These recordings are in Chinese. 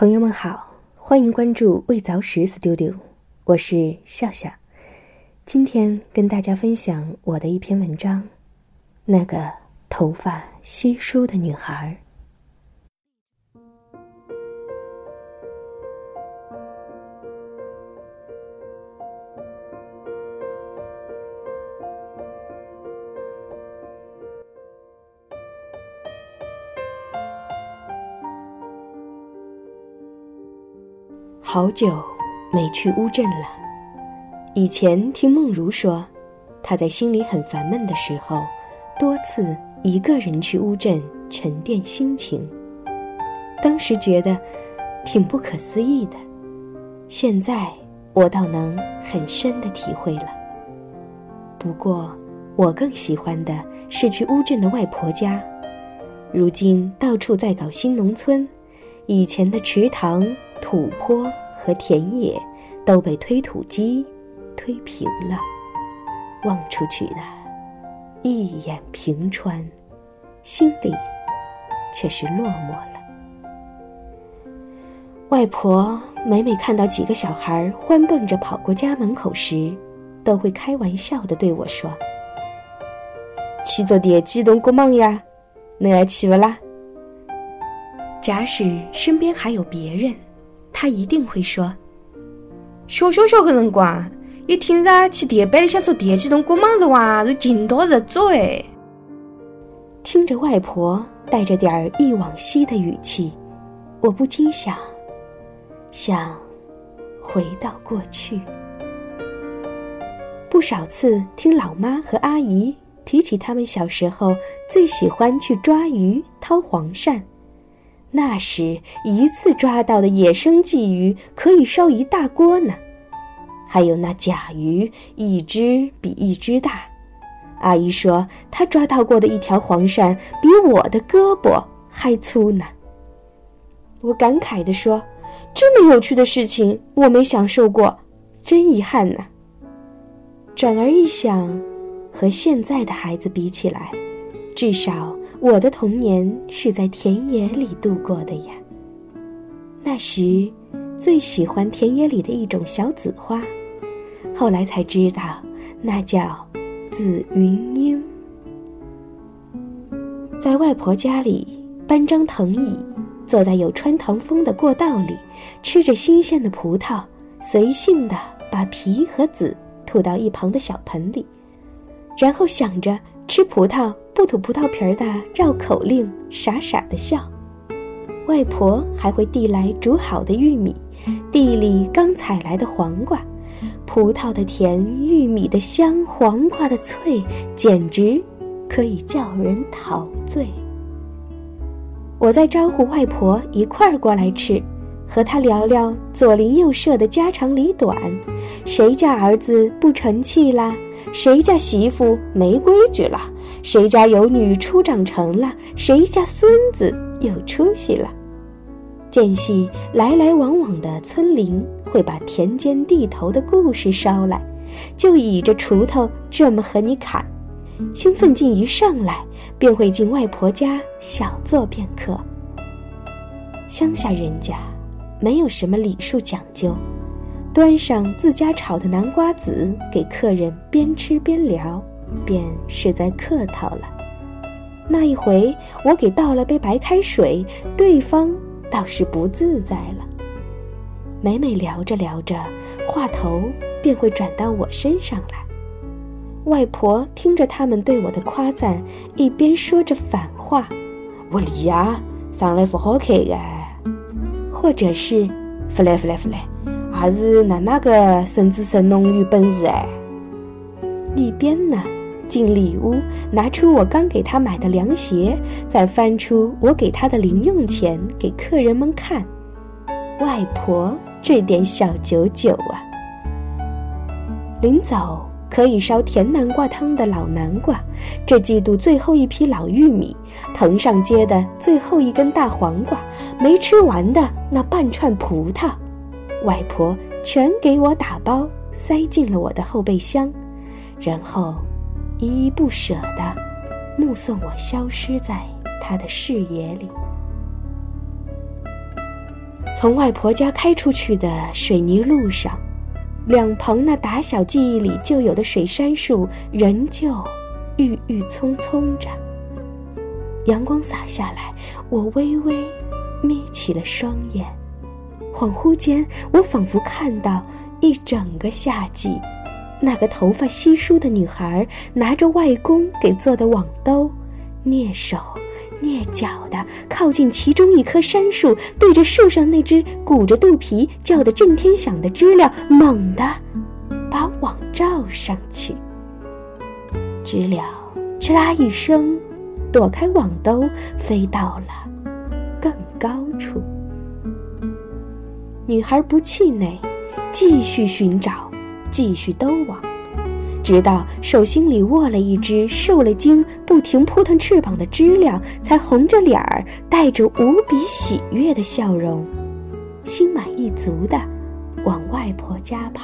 朋友们好，欢迎关注未早时 Studio， 我是笑笑。今天跟大家分享我的一篇文章，那个头发稀疏的女孩。好久没去乌镇了。以前听梦如说，她在心里很烦闷的时候，多次一个人去乌镇沉淀心情。当时觉得挺不可思议的，现在我倒能很深地体会了。不过我更喜欢的是去乌镇的外婆家。如今到处在搞新农村，以前的池塘、土坡和田野都被推土机推平了，望出去呢，一眼平川，心里却是落寞了。外婆每看到几个小孩欢蹦着跑过家门口时，都会开玩笑地对我说：“去坐电机动国梦呀，能来去不啦？”假使身边还有别人，他一定会说：“小个辰光，一听着去电班里想做电机动国梦的话，就劲多日做诶。”听着外婆带着点忆往昔的语气，我不禁想回到过去。不少次听老妈和阿姨提起他们小时候最喜欢去抓鱼、掏黄鳝，那时一次抓到的野生鲫鱼可以烧一大锅呢。还有那甲鱼，一只比一只大。阿姨说她抓到过的一条黄鳝比我的胳膊还粗呢。我感慨地说，这么有趣的事情我没享受过，真遗憾呢。转而一想，和现在的孩子比起来，至少我的童年是在田野里度过的呀。那时最喜欢田野里的一种小紫花，后来才知道那叫紫云英。在外婆家里搬张藤椅，坐在有穿堂风的过道里，吃着新鲜的葡萄，随性地把皮和籽吐到一旁的小盆里，然后想着吃葡萄不吐葡萄皮的绕口令，傻傻地笑。外婆还会递来煮好的玉米，地里刚采来的黄瓜，葡萄的甜，玉米的香，黄瓜的脆，简直可以叫人陶醉。我在招呼外婆一块儿过来吃，和她聊聊左邻右舍的家长里短，谁家儿子不成器啦，谁家媳妇没规矩了，谁家有女初长成了，谁家孙子有出息了。间隙来来往往的村邻会把田间地头的故事捎来，就倚着锄头这么和你砍。兴奋劲一上来，便会进外婆家小坐片刻。乡下人家没有什么礼数讲究，端上自家炒的南瓜子给客人边吃边聊，便是在客套了。那一回我给倒了杯白开水，对方倒是不自在了。每聊着聊着，话头便会转到我身上来。外婆听着他们对我的夸赞，一边说着反话：“我哩呀，上来不好看的。”或者是不来，还是那个孙子孙侬有本事哎。一边呢进里屋拿出我刚给他买的凉鞋，再翻出我给他的零用钱给客人们看。外婆这点小九九啊。临走可以烧甜南瓜汤的老南瓜，这季度最后一批老玉米，藤上结的最后一根大黄瓜，没吃完的那半串葡萄，外婆全给我打包塞进了我的后备箱，然后依依不舍地目送我消失在她的视野里。 从外婆家开出去的水泥路上，两旁那打小记忆里就有的水杉树仍旧郁郁葱葱着。阳光洒下来，我微微眯起了双眼，恍惚间我仿佛看到一整个夏季，那个头发稀疏的女孩拿着外公给做的网兜，蹑手蹑脚地靠近其中一棵杉树，对着树上那只鼓着肚皮叫得震天响的知了猛地把网罩上去。知了哧啦一声躲开网兜，飞到了更高处。女孩不气馁，继续寻找，继续兜网，直到手心里握了一只受了惊不停扑腾翅膀的知了，才红着脸儿，带着无比喜悦的笑容，心满意足地往外婆家跑。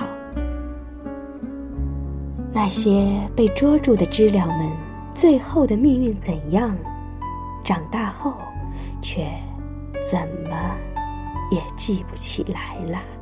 那些被捉住的知了们最后的命运怎样，长大后却怎么也记不起来了。